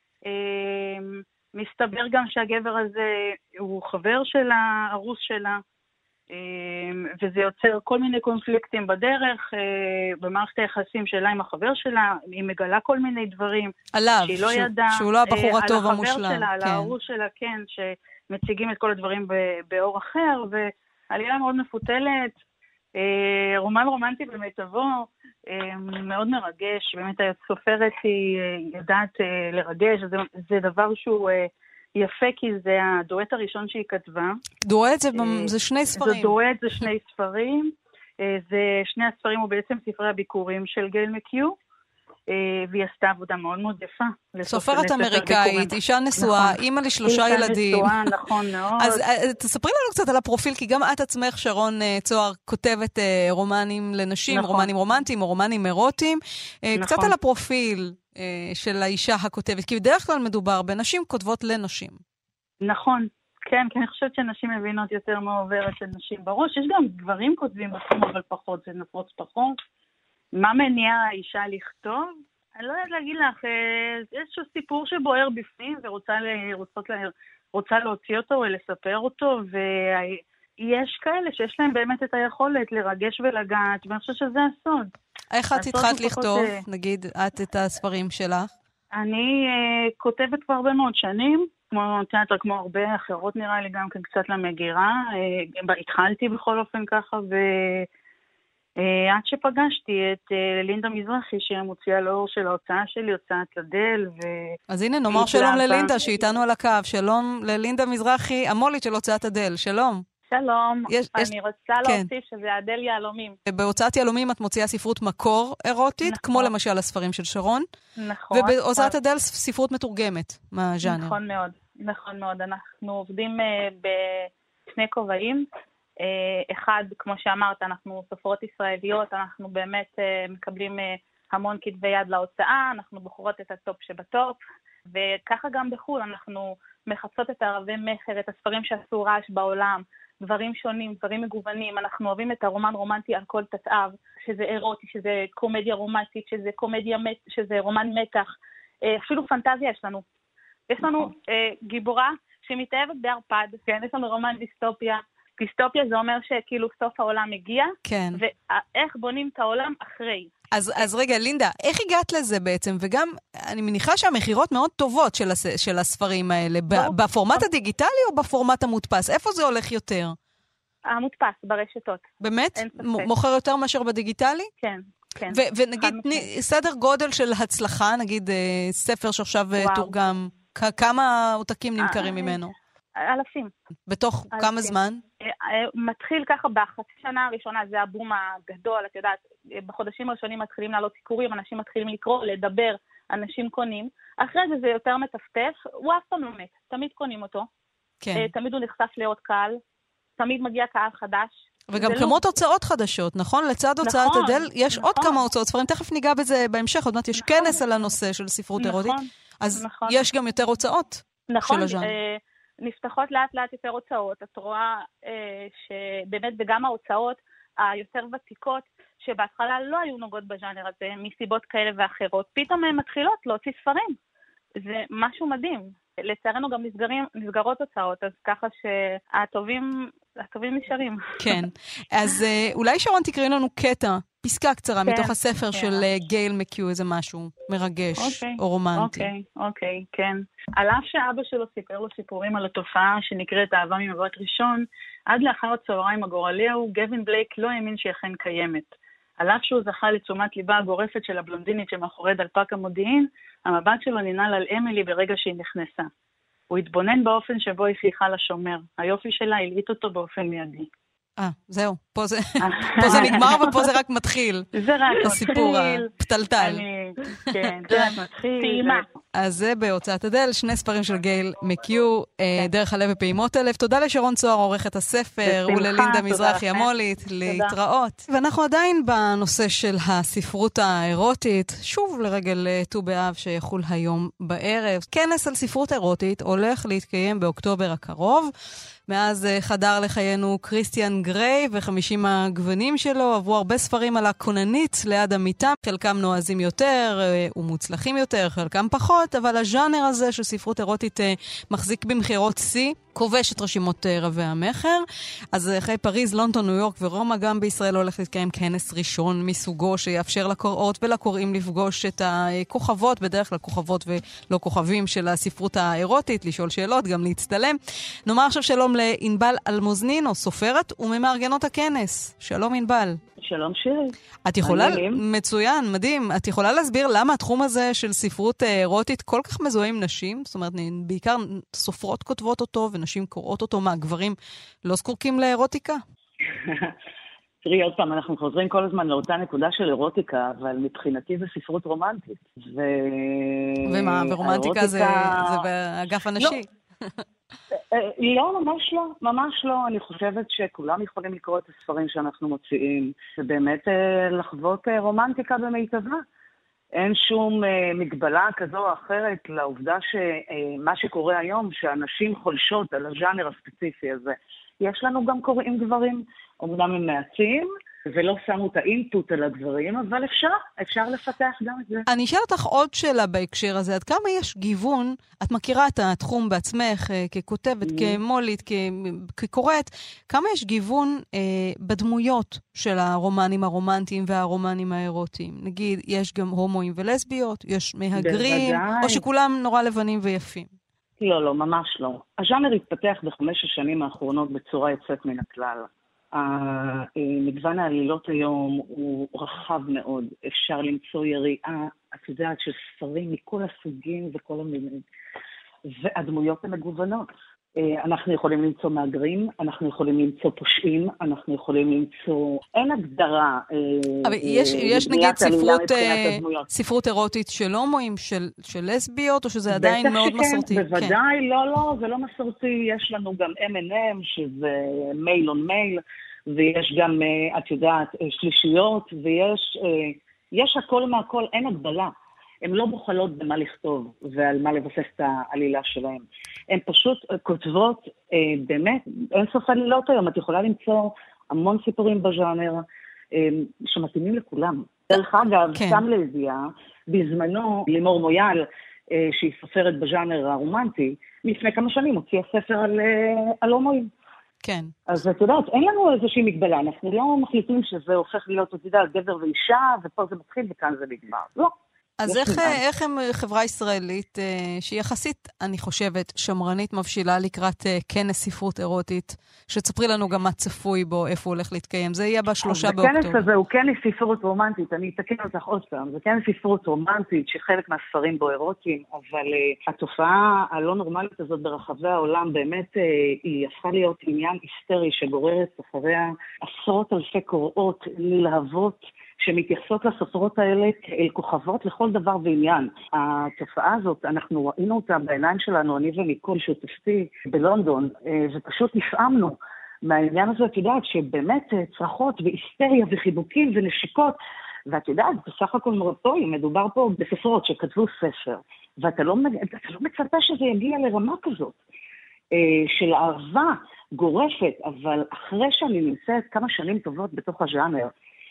מסתבר גם שהגבר הזה הוא חבר שלה, ארוס שלה, וזה יוצר כל מיני קונפליקטים בדרך, במערכת היחסים שלה עם החבר שלה, היא מגלה כל מיני דברים. עליו, שהיא לא ידעה, שהוא לא הבחור הטוב המושלם. על החבר שלה, על הארוס שלה, כן, שמציגים את כל הדברים באור אחר, ועלילה מאוד מפותלת, רומן רומנטי במיטבו, מאוד מרגש. באמת הסופרת היא יודעת לרגש, זה, זה דבר שהוא יפה, כי זה הדואט הראשון שהיא כתבה. דואט זה, זה שני ספרים. זה דואט, זה שני ספרים. זה שני הספרים הוא בעצם ספרי הביקורים של גייל מקיו, והיא עשתה עבודה מאוד מאוד יפה. סופרת אמריקאית, אישה נשואה, אימא לשלושה ילדים. אישה נשואה, נכון מאוד. אז תספרי לנו קצת על הפרופיל, כי גם את עצמך, שרון צוהר, כותבת רומנים לנשים, רומנים רומנטיים או רומנים אירוטיים. קצת על הפרופיל של האישה הכותבת, כי בדרך כלל מדובר בנשים כותבות לנשים. נכון, כן, כי אני חושבת שנשים מבינות יותר מה עוברת של נשים בראש. יש גם גברים כותבים בתחום, אבל פחות, זה נפוץ פחות. מה מניע האישה לכתוב? אני לא יודעת להגיד לך, איזשהו סיפור שבוער בפנים ורוצות רוצה להוציא אותו ולספר אותו, ויש כאלה שיש להם באמת את היכולת לרגש ולגעת, ואני חושבת שזה הסוד. איך את התחלת לכתוב, זה... נגיד, את את הספרים שלך? אני uh, כותבת כבר הרבה מאוד שנים, כמו תיאטר, כמו הרבה אחרות נראה לי גם כן קצת למגירה. Uh, התחלתי בכל אופן ככה, ועד uh, שפגשתי את uh, לינדה מזרחי, שהמוציאה לאור של ההוצאה שלי, הוצאת אדל. ו... אז הנה, נאמר שלום ללינדה, שאיתנו על הקו. שלום ללינדה מזרחי, המולית של הוצאת אדל. שלום. שלום, יש, אני יש... רוצה כן. להוסיף שזה אדל יהלומים. בהוצאת יהלומים את מוציאה ספרות מקור אירוטית, נכון. כמו למשל הספרים של שרון. נכון. ובהוצאת אדל ספרות מתורגמת, מה הז'אנר. נכון מאוד, נכון מאוד. אנחנו עובדים uh, בשני כובעים. Uh, אחד, כמו שאמרת, אנחנו סופרות ישראליות, אנחנו באמת uh, מקבלים uh, המון כתבי יד להוצאה, אנחנו בוחרות את הטופ שבטופ, וככה גם בחול, אנחנו מחפשות את הערבי מחר, את הספרים שעשו רעש בעולם, דברים שונים, דברים מגוונים. אנחנו אוהבים את הרומן רומנטי על כל תתאב, שזה אירוטי, שזה קומדיה רומנטית, שזה קומדיה, שזה רומן מתח, אפילו פנטזיה יש לנו. יש לנו אה, גיבורה שמתאהבת בערפד, כן, יש לנו רומן דיסטופיה. דיסטופיה זה אומר שכאילו סוף העולם הגיע, כן. ואיך בונים את העולם אחרי. אז, אז רגע, לינדה, איך הגעת לזה בעצם? וגם, אני מניחה שהמחירות מאוד טובות של, הס, של הספרים האלה, ב, בפורמט הדיגיטלי או בפורמט המודפס? איפה זה הולך יותר? המודפס, ברשתות. באמת? מוכר יותר מאשר בדיגיטלי? כן, כן. ו- ונגיד, נ- סדר גודל של הצלחה, נגיד אה, ספר שעכשיו וואו. תורגם, כ- כמה עותקים נמכרים אה, ממנו? אלפים. בתוך אלפים. כמה זמן? מתחיל ככה בחצי שנה הראשונה, זה הבום הגדול, את יודעת, בחודשים הראשונים מתחילים לעלות סיפורים, אנשים מתחילים לקרוא, לדבר, אנשים קונים. אחרי זה זה יותר מטפטף, הוא אף פעם לא מת, תמיד קונים אותו. כן. תמיד הוא נחשף לעוד קהל, תמיד מגיע קהל חדש. וגם כמות לא... הוצאות חדשות, נכון? לצד הוצאת נכון, אדל, יש נכון. עוד כמה הוצאות ספרים, תכף ניגע בזה בהמשך, עוד מעט יש נכון. כנס על הנושא של ספרות נכון. אירוטית, אז נכון. יש גם יותר הוצאות נכון. של הז'אנר. אה... נפתחות לאט לאט יותר הוצאות, את רואה אה, שבאמת וגם ההוצאות היותר ותיקות, שבהתחלה לא היו נוגעות בז'אנר הזה, מסיבות כאלה ואחרות, פתאום הן מתחילות להוציא ספרים. זה משהו מדהים. לצערנו גם נסגרים, נסגרות הוצאות, אז ככה שהטובים, הטובים נשארים. כן. אז אה, אולי שרון תקראי לנו קטע, פסקה קצרה, כן, מתוך הספר כן. של גייל מקיו, איזה משהו מרגש אוקיי, או רומנטי. אוקיי, אוקיי, כן. על אף שאבא שלו סיפר לו סיפורים על התופעה שנקראת אהבה ממבט ראשון, עד לאחר הצהריים הגורלי ההוא, גווין בלייק לא האמין שהיא אכן קיימת. על אף שהוא זכה לתשומת ליבה הגורפת של הבלונדינית שמאחורי דלפק המודיעין, המבט שלו ננעל על אמילי ברגע שהיא נכנסה. הוא התבונן באופן שבו היא שיחה לשומר. היופי שלה הלהיט אותו באופן מיידי. אה, זהו. פה זה, פה זה נגמר ופה זה רק מתחיל. זה רק מתחיל. הסיפור הפתלתל. אני, כן, זה רק מתחיל. טעימה. אז זה בהוצאת אדל, שני ספרים של גייל מקיו, דרך הלב ופעימות אלף. תודה לשרון צוהר, עורכת הספר, וללינדה מזרחי המולית, להתראות. ואנחנו עדיין בנושא של הספרות האירוטית, שוב לרגל ט"ו באב שיחול היום בערב. כנס על ספרות אירוטית הולך להתקיים באוקטובר הקרוב. מאז חדר לחיינו קריסטיאן גריי וחמישים הגוונים שלו, עברו הרבה ספרים על הכוננית ליד המיטה, חלקם נועזים יותר ומוצלחים יותר, חלקם פחות, אבל הז'אנר הזה של ספרות אירוטית מחזיק במחירות C, כובש את רשימות רבי המחר. אז אחרי פריז, לונדון, ניו יורק ורומא, גם בישראל הולך להתקיים כנס ראשון מסוגו שיאפשר לקוראות ולקוראים לפגוש את הכוכבות, בדרך כלל כוכבות ולא כוכבים של הספרות האירוטית, לשאול שאלות, גם להצטלם. נאמר עכשיו שלום לענבל אלמוזנין, או סופרת, וממארגנות הכנס. שלום ענבל. שלום שירי. את יכולה, מצוין, מדהים, את יכולה להסביר למה התחום הזה של ספרות אירוטית כל כך מזוהה עם נשים? זאת אומרת, בעיקר סופרות כותבות אותו ונשים קוראות אותו, מה, גברים לא זקוקים לאירוטיקה? תראי, עוד פעם, אנחנו חוזרים כל הזמן לאותה נקודה של אירוטיקה, אבל מבחינתי זה ספרות רומנטית. ו... ומה, ורומנטיקה זה, זה באגף הנשי? לא, ממש לא, ממש לא. אני חושבת שכולם יכולים לקרוא את הספרים שאנחנו מוציאים, ובאמת לחוות רומנטיקה במיטבה. אין שום מגבלה כזו או אחרת לעובדה שמה שקורה היום, שאנשים חולשות על הז'אנר הספציפי הזה. יש לנו גם קוראים גברים, אמנם הם מעטים, ולא שמו את האינפוט על הדברים, אבל אפשר, אפשר לפתח גם את זה. אני אשאל אותך עוד שאלה בהקשר הזה, עד כמה יש גיוון, את מכירה את התחום בעצמך, ככותבת, כמולית, כקוראת, כמה יש גיוון אה, בדמויות של הרומנים הרומנטיים והרומנים האירוטיים? נגיד, יש גם הומואים ולסביות, יש מהגרים, בוודאי. או שכולם נורא לבנים ויפים? לא, לא, ממש לא. הז'אנר התפתח בחמש השנים האחרונות בצורה יוצאת מן הכלל. מגוון העלילות היום הוא רחב מאוד. אפשר למצוא יריעה, את יודעת, של ספרים מכל הסוגים וכל המינים. והדמויות הן מגוונות. אנחנו יכולים למצוא מהגרים, אנחנו יכולים למצוא פושעים, אנחנו יכולים למצוא... אין הגדרה. אבל יש, יש נגיד ספרות, ספרות אירוטית של הומואים, של, של לסביות, או שזה עדיין מאוד שכן, מסורתי? בוודאי, כן. לא, לא, זה לא מסורתי. יש לנו גם אם אנד אם, שזה מייל און מייל, ויש גם, את יודעת, שלישיות, ויש יש הכל מהכל, אין הגבלה. הן לא בוחלות במה לכתוב ועל מה לבסס את העלילה שלהן. הן פשוט כותבות, אה, באמת, אין סוף עלילות היום. את יכולה למצוא המון סיפורים בז'אנר אה, שמתאימים לכולם. דרך אגב, כן. שם לידיעה, בזמנו לימור מויאל, אה, שהיא סופרת בז'אנר הרומנטי, לפני כמה שנים הוציאה ספר על, אה, על הומואים. כן. אז את יודעת, אין לנו איזושהי מגבלה. אנחנו לא מחליטים שזה הופך להיות, את יודעת, גבר ואישה, ופה זה מתחיל וכאן זה נגמר. לא. אז איך, איך הם חברה ישראלית, שהיא יחסית, אני חושבת, שמרנית מבשילה לקראת כנס ספרות אירוטית, שתספרי לנו גם מה צפוי בו, איפה הוא הולך להתקיים. זה יהיה בשלושה באוקטובר. הכנס הזה הוא כנס ספרות רומנטית, אני אתקן אותך עוד פעם, זה כנס ספרות רומנטית שחלק מהספרים בו אירוטיים, אבל uh, התופעה הלא נורמלית הזאת ברחבי העולם, באמת uh, היא הפכה להיות עניין היסטרי שגוררת אחריה עשרות אלפי קוראות נלהבות, שמתייחסות לסופרות האלה כאל כוכבות לכל דבר ועניין. התופעה הזאת, אנחנו ראינו אותה בעיניים שלנו, אני וניקול שותפתי בלונדון, ופשוט נפעמנו מהעניין הזה, את יודעת, שבאמת צרחות והיסטריה וחיבוקים ונשיקות, ואת יודעת, בסך הכל מרפוי, מדובר פה בסופרות שכתבו ספר, ואתה לא, אתה לא מצפה שזה יגיע לרמה כזאת, של אהבה גורפת, אבל אחרי שאני נמצאת כמה שנים טובות בתוך הז'אנר,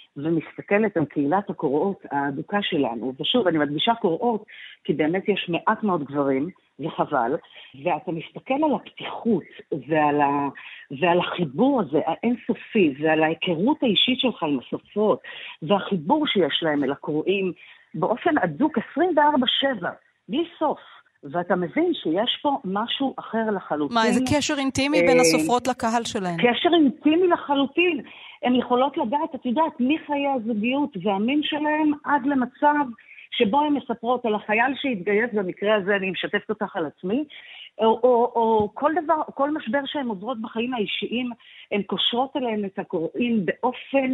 ומסתכלת על קהילת הקוראות האדוקה שלנו, ושוב, אני מדגישה קוראות, כי באמת יש מעט מאוד גברים, וחבל, ואתה מסתכל על הפתיחות, ועל, ה... ועל החיבור הזה, האינסופי, ועל ההיכרות האישית שלך עם הסופרות, והחיבור שיש להם אל הקוראים, באופן אדוק עשרים וארבע שבע, בלי סוף. ואתה מבין שיש פה משהו אחר לחלוטין. מה, איזה קשר אינטימי בין הסופרות לקהל שלהם? קשר אינטימי לחלוטין. הן יכולות לדעת, את יודעת, מחיי הזוגיות והמין שלהם עד למצב שבו הן מספרות על החייל שהתגייס, במקרה הזה אני משתפת אותך על עצמי, או, או, או כל דבר, כל משבר שהן עוברות בחיים האישיים, הן קושרות אליהן את הקוראים באופן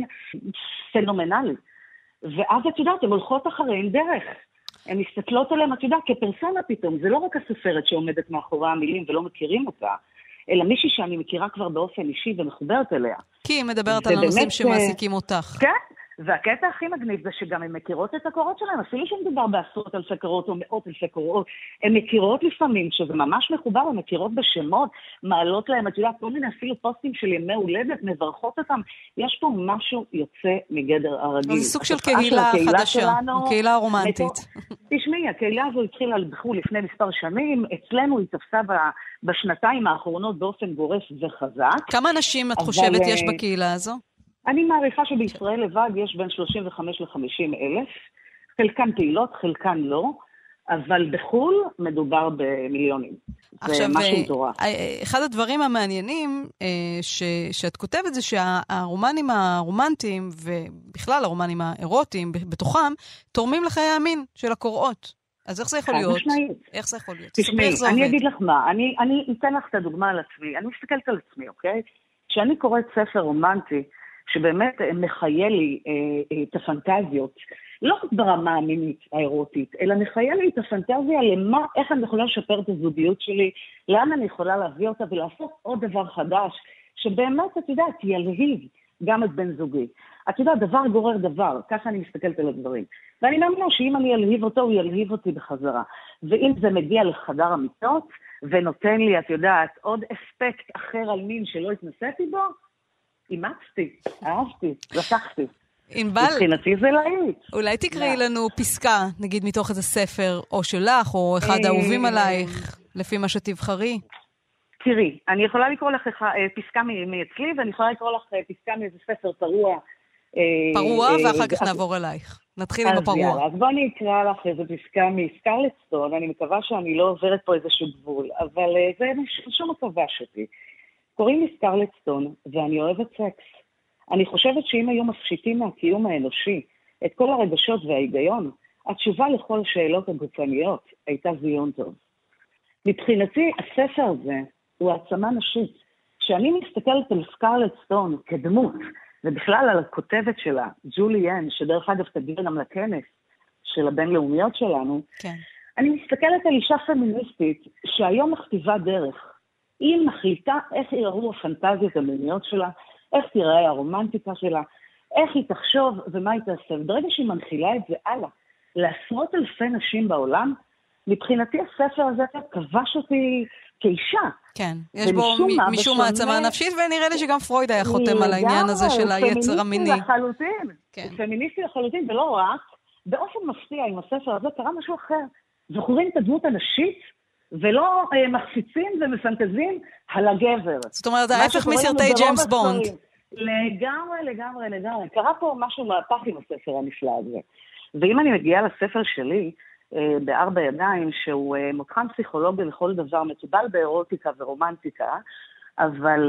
פנומנלי. ואז את יודעת, הן הולכות אחריהן דרך. הן מסתכלות עליהם, את יודעת, כפרסונה פתאום. זה לא רק הסופרת שעומדת מאחורי המילים ולא מכירים אותה, אלא מישהי שאני מכירה כבר באופן אישי ומחוברת אליה. כי היא מדברת על הנושאים שמעסיקים אותך. כן, והקטע הכי מגניב זה שגם הן מכירות את הקורות שלהן, אפילו שמדובר בעשרות אלפי קורות או מאות אלפי קורות, הן מכירות לפעמים, שזה ממש מחובר, הן מכירות בשמות, מעלות להם, את יודעת, כל מיני אפילו פוסטים של ימי הולדת, מברכות אותם, יש פה משהו יוצא מגדר הרגיל. זה סוג של קהילה חדשה, קהילה רומנטית. תשמעי, הקהילה הזו התחילה בחו"ל לפני מספר שנים, אצלנו היא תפסה בשנתיים האחרונות באופן גורף וחזק. כמה אנשים את חושבת יש בקהילה הזו? אני מעריכה שבישראל לבד יש בין שלושים וחמש לחמישים אלף, חלקן פעילות, חלקן לא, אבל בחול מדובר במיליונים. עכשיו, זה משהו מטורף. אחד הדברים המעניינים ש, שאת כותבת זה שהרומנים הרומנטיים, ובכלל הרומנים האירוטיים בתוכם, תורמים לחיי המין של הקוראות. אז איך זה יכול להיות? איך זה יכול להיות? תשמעי, אני אגיד לך מה, אני, אני אתן לך את הדוגמה על עצמי, אני מסתכלת על עצמי, אוקיי? כשאני קוראת ספר רומנטי, שבאמת מחיה לי אה, אה, את הפנטזיות, לא רק ברמה המינית האירוטית, אלא מחיה לי את הפנטזיה למה, איך אני יכולה לשפר את הזוגיות שלי, לאן אני יכולה להביא אותה ולעשות עוד דבר חדש, שבאמת, את יודעת, ילהיב גם את בן זוגי. את יודעת, דבר גורר דבר, ככה אני מסתכלת על הדברים. ואני מאמינה שאם אני ילהיב אותו, הוא ילהיב אותי בחזרה. ואם זה מגיע לחדר המיטות, ונותן לי, את יודעת, עוד אספקט אחר על מין שלא התנסיתי בו, אימצתי, אהבתי, לקחתי. ענבל, מבחינתי זה להיט. אולי תקראי לנו פסקה, נגיד מתוך איזה ספר, או שלך, או אחד האהובים עלייך, לפי מה שתבחרי. תראי, אני יכולה לקרוא לך פסקה מאצלי, ואני יכולה לקרוא לך פסקה מאיזה ספר פרוע. פרוע, ואחר כך נעבור אלייך. נתחיל עם הפרוע. אז בוא אני אקרא לך איזה פסקה מסקרלט סטון, אני מקווה שאני לא עוברת פה איזשהו גבול, אבל זה שום מקווה שלי. קוראים לי סקרלט סטון, ואני אוהבת סקס. אני חושבת שאם היו מפשיטים מהקיום האנושי את כל הרגשות וההיגיון, התשובה לכל השאלות הגופניות הייתה זיון טוב. מבחינתי, הספר הזה הוא העצמה נשית. כשאני מסתכלת על סקרלט סטון כדמות, ובכלל על הכותבת שלה, ג'ולי אן, שדרך אגב תגיע גם לכנס של הבינלאומיות שלנו, כן. אני מסתכלת על אישה פמיניסטית שהיום מכתיבה דרך. היא מחליטה איך יראו הפנטזיות המיניות שלה, איך תיראה הרומנטיקה שלה, איך היא תחשוב ומה היא תעשה. ברגע שהיא מנחילה את זה הלאה, לעשרות אלפי נשים בעולם, מבחינתי הספר הזה כבש אותי כאישה. כן, יש בו משום העצמה נפשית, ונראה לי שגם פרויד היה חותם על העניין הזה של היצר המיני. הוא פמיניסטי לחלוטין, הוא פמיניסטי לחלוטין, ולא רק, באופן מפתיע עם הספר הזה קרה משהו אחר. זוכרים את הדמות הנשית, ולא מחפיצים ומפנטזים על הגבר. זאת אומרת, ההפך מסרטי ג'יימס בונד. לגמרי, לגמרי, לגמרי. קרה פה משהו מהפך עם הספר הנפלא הזה. ואם אני מגיעה לספר שלי, בארבע ידיים, שהוא מותחן פסיכולוגי לכל דבר, מטובל באירוטיקה ורומנטיקה, אבל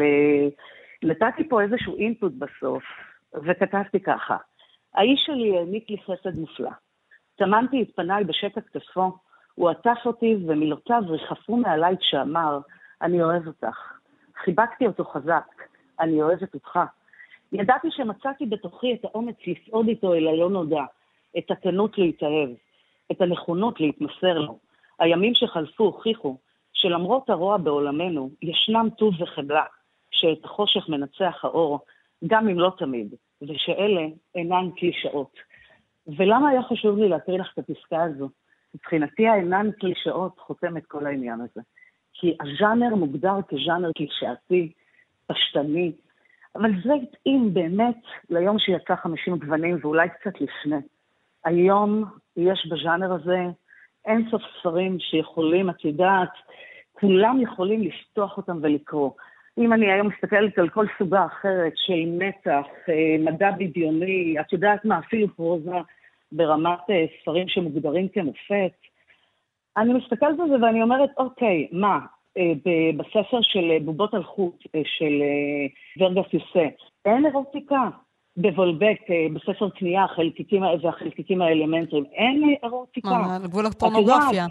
נתתי פה איזשהו אינפוט בסוף, וכתבתי ככה, האיש שלי העניק לי חסד מופלא. תמנתי את פניי בשקע כתפו, הוא עטף אותי ומילותיו ריחפו מעליי כשאמר, אני אוהב אותך. חיבקתי אותו חזק, אני אוהבת אותך. ידעתי שמצאתי בתוכי את האומץ לסעוד איתו אל הלא נודע, את הכנות להתאהב, את הנכונות להתמסר לו. הימים שחלפו הוכיחו שלמרות הרוע בעולמנו, ישנם טוב וחבלה, שאת החושך מנצח האור, גם אם לא תמיד, ושאלה אינן קלישאות. ולמה היה חשוב לי להקריא לך את הפסקה הזו? מבחינתי האינן קלישאות חותם את כל העניין הזה. כי הז'אנר מוגדר כז'אנר קלישאתי, פשטני, אבל זה התאים באמת ליום שיצא חמישים גוונים ואולי קצת לפני. היום יש בז'אנר הזה אין סוף ספרים שיכולים, את יודעת, כולם יכולים לפתוח אותם ולקרוא. אם אני היום מסתכלת על כל סוגה אחרת של מתח, מדע בדיוני, את יודעת מה, אפילו פרוזה ברמת ספרים שמוגדרים כמופת, אני מסתכלת על זה ואני אומרת, אוקיי, מה, בספר של בובות על חוט, של ורגס יוסה, אין אירוטיקה. בוולבק, בספר קנייה, החלקיקים והחלקיקים האלמנטרים, אין אירוטיקה. גבול הפורנוגרפיה.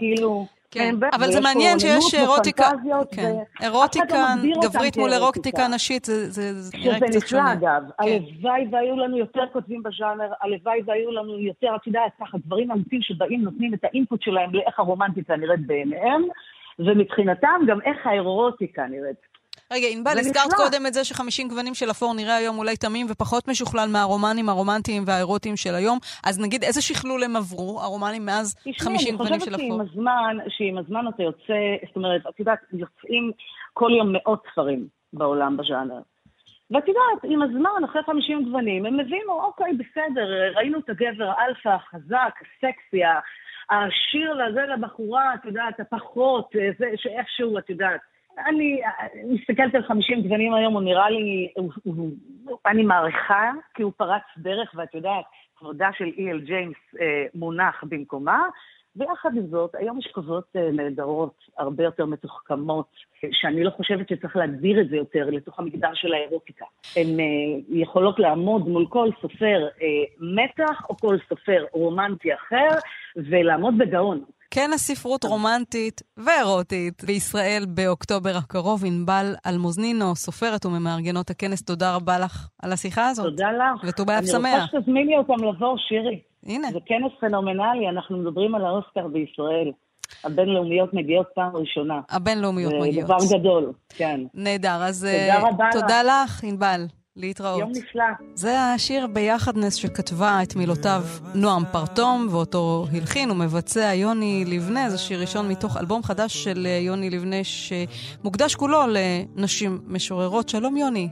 אבל זה מעניין שיש אירוטיקה, אירוטיקה גברית מול אירוטיקה נשית, זה נראה קצת שונה. שזה נפלא אגב, הלוואי והיו לנו יותר כותבים בז'אנר, הלוואי והיו לנו יותר, את יודעת, ככה, דברים אמיתיים שבאים נותנים את האינפוט שלהם לאיך הרומנטיקה נראית בעיניהם, ומבחינתם גם איך האירוטיקה נראית. רגע, ענבל, הזכרת קודם את זה שחמישים גוונים של אפור נראה היום אולי תמים ופחות משוכלל מהרומנים הרומנטיים והאירוטיים של היום, אז נגיד איזה שכלול הם עברו, הרומנים מאז חמישים גוונים של אפור? אני חושבת שעם הזמן אתה יוצא, זאת אומרת, את יודעת, יוצאים כל יום מאות ספרים בעולם בז'אנר. ואת יודעת, עם הזמן, אחרי חמישים גוונים, הם מבינו, אוקיי, בסדר, ראינו את הגבר האלפא, החזק, הסקסי, השיר לזה לבחורה, את יודעת, הפחות, זה שאיכשהו, את יודעת, אני מסתכלת על חמישים גוונים היום, הוא נראה לי, הוא, הוא, אני מעריכה, כי הוא פרץ דרך, ואת יודעת, כבודה של אי אל ג'יימס אה, מונח במקומה, ויחד עם זאת, היום יש כזאת אה, נהדרות, הרבה יותר מתוחכמות, שאני לא חושבת שצריך להגדיר את זה יותר לתוך המגדר של האירוטיקה. הן אה, יכולות לעמוד מול כל סופר אה, מתח, או כל סופר רומנטי אחר, ולעמוד בגאון. כן, הספרות רומנטית ואירוטית בישראל באוקטובר הקרוב. ענבל אלמוזנינו, סופרת וממארגנות הכנס, תודה רבה לך על השיחה הזאת. תודה לך. וט"ו באב שמח. אני רוצה שתזמיני אותם לבוא, שירי. הנה. זה כנס פנומנלי, אנחנו מדברים על האוסקר בישראל. הבינלאומיות מגיעות פעם ראשונה. הבינלאומיות מגיעות. זה דבר גדול, כן. נהדר, אז תודה רבה תודה לך, ענבל. להתראות. יום נפלא. זה השיר ביחדנס שכתבה את מילותיו נועם פרטום, ואותו הלחין ומבצע יוני לבנה. זה שיר ראשון מתוך אלבום חדש של יוני לבנה שמוקדש כולו לנשים משוררות. שלום יוני.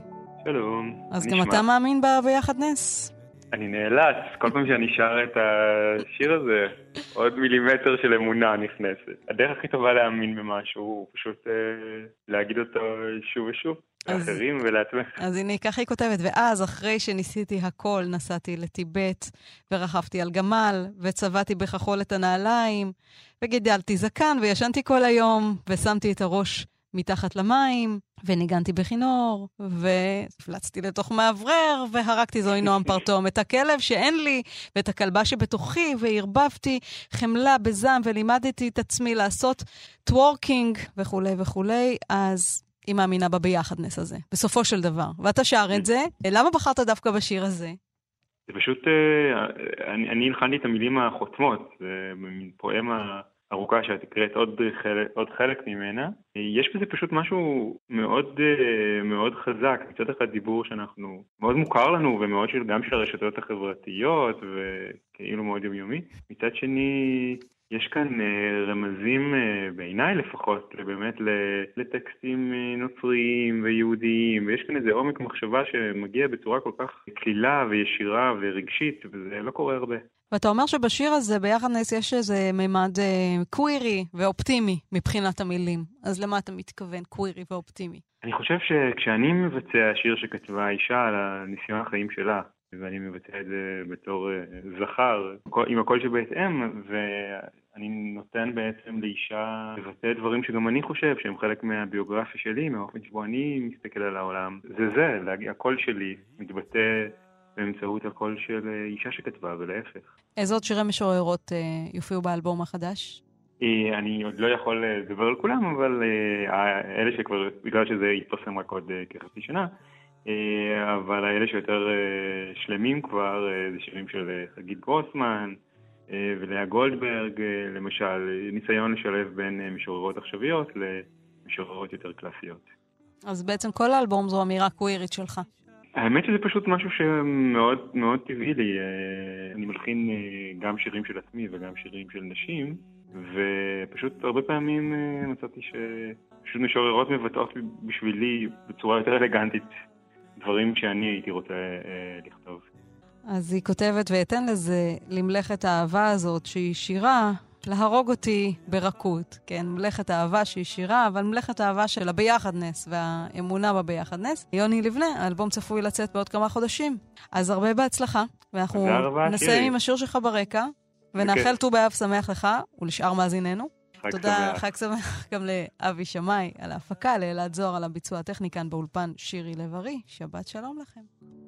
שלום. אז גם אתה מאמין ביחד נס? אני נאלץ, כל פעם שאני שר את השיר הזה, עוד מילימטר של אמונה נכנסת. הדרך הכי טובה להאמין במשהו הוא פשוט אה, להגיד אותו שוב ושוב, לאחרים ולעצמך. אז הנה, ככה היא כותבת, ואז אחרי שניסיתי הכל, נסעתי לטיבט, ורחפתי על גמל, וצבעתי בכחול את הנעליים, וגידלתי זקן, וישנתי כל היום, ושמתי את הראש מתחת למים, וניגנתי בכינור, והפלצתי לתוך מעברר, והרקתי זוהי נועם פרטום, את הכלב שאין לי, ואת הכלבה שבתוכי, והרבבתי חמלה בזעם, ולימדתי את עצמי לעשות טוורקינג, וכו' וכו'. אז היא מאמינה בה ביחדנס הזה, בסופו של דבר. ואתה שר את זה, למה בחרת דווקא בשיר הזה? זה פשוט, אני, אני הלחנתי את המילים החותמות, זה מין פואמה ארוכה שאת תקראת עוד חלק, עוד חלק ממנה. יש בזה פשוט משהו מאוד, מאוד חזק. מצד אחד דיבור שאנחנו, מאוד מוכר לנו ומאוד של, גם של הרשתות החברתיות וכאילו מאוד יומיומי. מצד שני, יש כאן רמזים בעיניי לפחות, באמת לטקסטים נוצריים ויהודיים, ויש כאן איזה עומק מחשבה שמגיע בצורה כל כך כלילה וישירה ורגשית, וזה לא קורה הרבה. ואתה אומר שבשיר הזה ביחד נס יש איזה מימד אה, קווירי ואופטימי מבחינת המילים. אז למה אתה מתכוון, קווירי ואופטימי? אני חושב שכשאני מבצע שיר שכתבה אישה על הניסיון החיים שלה, ואני מבצע את זה בתור uh, זכר, עם הכל שבהתאם, ואני נותן בעצם לאישה לבטא דברים שגם אני חושב שהם חלק מהביוגרפיה שלי, מהאופן שבו אני מסתכל על העולם. זה זה, להגיד, הקול שלי מתבטא באמצעות הקול של אישה שכתבה, ולהפך. איזה עוד שירי משוררות uh, יופיעו באלבום החדש? אני עוד לא יכול לדבר על כולם, אבל uh, אלה שכבר, בגלל שזה יתפרסם רק עוד uh, כחצי שנה, אבל האלה שיותר שלמים כבר, זה שירים של חגית גרוסמן ולאה גולדברג, למשל, ניסיון לשלב בין משוררות עכשוויות למשוררות יותר קלאסיות. אז בעצם כל האלבום זו אמירה קווירית שלך. האמת שזה פשוט משהו שמאוד מאוד טבעי לי. אני מלחין גם שירים של עצמי וגם שירים של נשים, ופשוט הרבה פעמים מצאתי שפשוט משוררות מבטאות בשבילי בצורה יותר אלגנטית דברים שאני הייתי רוצה אה, לכתוב. אז היא כותבת, ואתן לזה, למלאכת האהבה הזאת שהיא שירה, להרוג אותי ברכות. כן, מלאכת האהבה שהיא שירה, אבל מלאכת האהבה של הביחדנס והאמונה בביחדנס. יוני לבנה, האלבום צפוי לצאת בעוד כמה חודשים. אז הרבה בהצלחה, ואנחנו נסיים עם השיר שלך ברקע, ונאחל ט"ו באב שמח לך ולשאר מאזיננו. תודה, חג שמח גם לאבי שמאי על ההפקה, לאלעד זוהר על הביצוע הטכני כאן באולפן שירי לב-ארי. שבת שלום לכם.